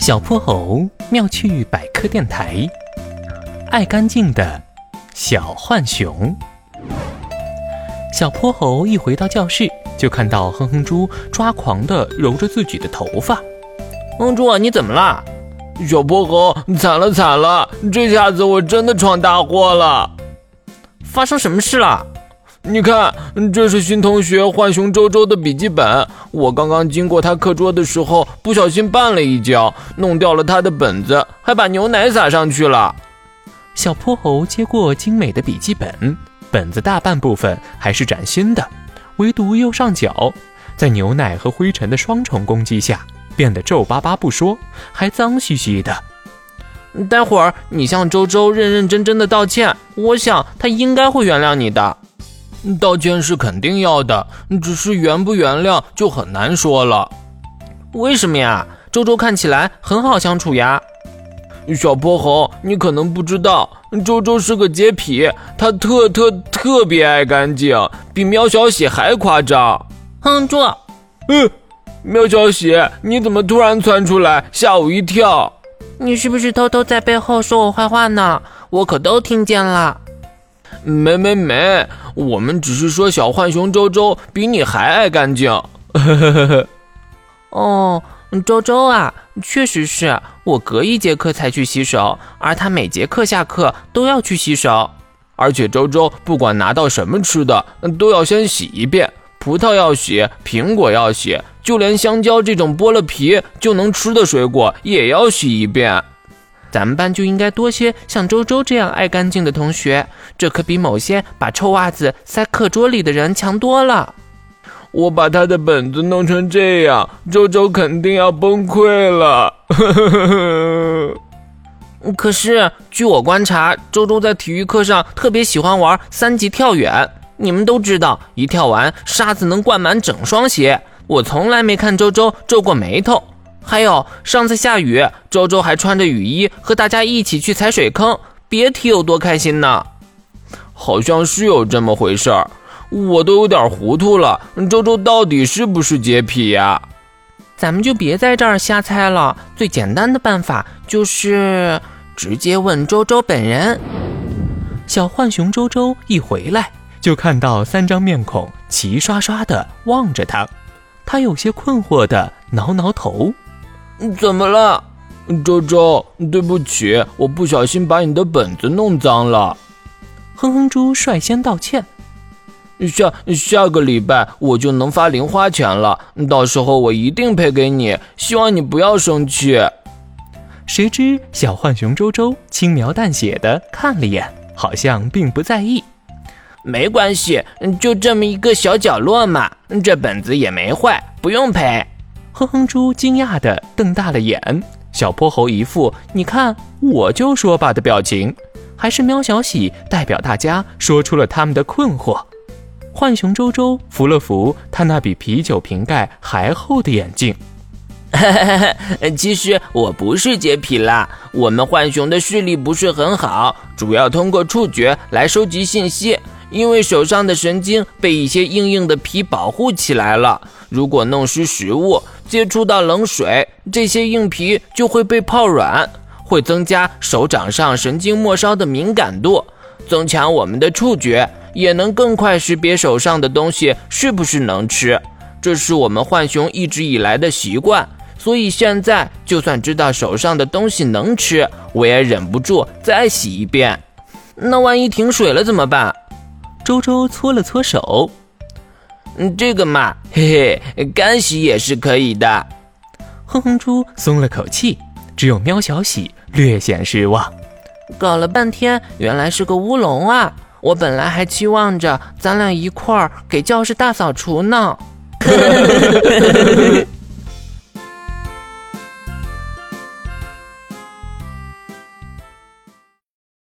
小泼猴妙趣百科电台，爱干净的小浣熊。小泼猴一回到教室，就看到哼哼猪抓狂地揉着自己的头发。 哼猪，你怎么了？ 小泼猴，惨了惨了，这下子我真的闯大祸了。 发生什么事了？ 你看，这是新同学浣熊周周的笔记本，我刚刚经过他课桌的时候，不小心绊了一跤，弄掉了他的本子，还把牛奶洒上去了。 小泼猴接过精美的笔记本，本子大半部分还是崭新的，唯独右上角在牛奶和灰尘的双重攻击下变得皱巴巴不说，还脏兮兮的。 待会儿你向周周认认真真的道歉，我想他应该会原谅你的。 道歉是肯定要的，只是原不原谅就很难说了。 为什么呀？周周看起来很好相处呀。 小泼猴，你可能不知道，周周是个洁癖，他特别爱干净，比喵小喜还夸张。 哼猪， 喵小喜，你怎么突然窜出来，吓我一跳。 你是不是偷偷在背后说我坏话呢？我可都听见了。 没，我们只是说小浣熊周周比你还爱干净。 哦，周周啊，确实是，我隔一节课才去洗手，而他每节课下课都要去洗手。 而且周周不管拿到什么吃的，都要先洗一遍，葡萄要洗，苹果要洗，就连香蕉这种剥了皮就能吃的水果也要洗一遍。 咱们班就应该多些像周周这样爱干净的同学，这可比某些把臭袜子塞课桌里的人强多了。 我把他的本子弄成这样，周周肯定要崩溃了。 可是据我观察，周周在体育课上特别喜欢玩3级跳远。你们都知道，一跳完沙子能灌满整双鞋，我从来没看周周皱过眉头。还有上次下雨，周周还穿着雨衣和大家一起去踩水坑，别提有多开心呢。 好像是有这么回事儿，我都有点糊涂了，周周到底是不是洁癖呀？ 咱们就别在这儿瞎猜了，最简单的办法就是直接问周周本人。 小浣熊周周一回来，就看到3张面孔齐刷刷地望着他，他有些困惑地挠挠头。 怎么了？周周，对不起，我不小心把你的本子弄脏了。 哼哼猪率先道歉。 下个礼拜我就能发零花钱了，到时候我一定赔给你，希望你不要生气。 谁知小浣熊周周轻描淡写地看了眼，好像并不在意。 没关系，就这么一个小角落嘛，这本子也没坏，不用赔。 哼哼猪惊讶地瞪大了眼，小泼猴一副你看我就说吧的表情，还是喵小喜代表大家说出了他们的困惑。浣熊周周扶了扶他那比啤酒瓶盖还厚的眼镜。 其实我不是洁癖啦，我们浣熊的视力不是很好，主要通过触觉来收集信息，因为手上的神经被一些硬硬的皮保护起来了，如果弄湿食物，接触到冷水，这些硬皮就会被泡软，会增加手掌上神经末梢的敏感度，增强我们的触觉，也能更快识别手上的东西是不是能吃。这是我们浣熊一直以来的习惯，所以现在就算知道手上的东西能吃，我也忍不住再洗一遍。那万一停水了怎么办？ 周周搓了搓手。 这个嘛，嘿嘿，干洗也是可以的。 哼哼猪松了口气，只有喵小喜略显失望。 搞了半天原来是个乌龙啊，我本来还期望着咱俩一块儿给教室大扫除呢。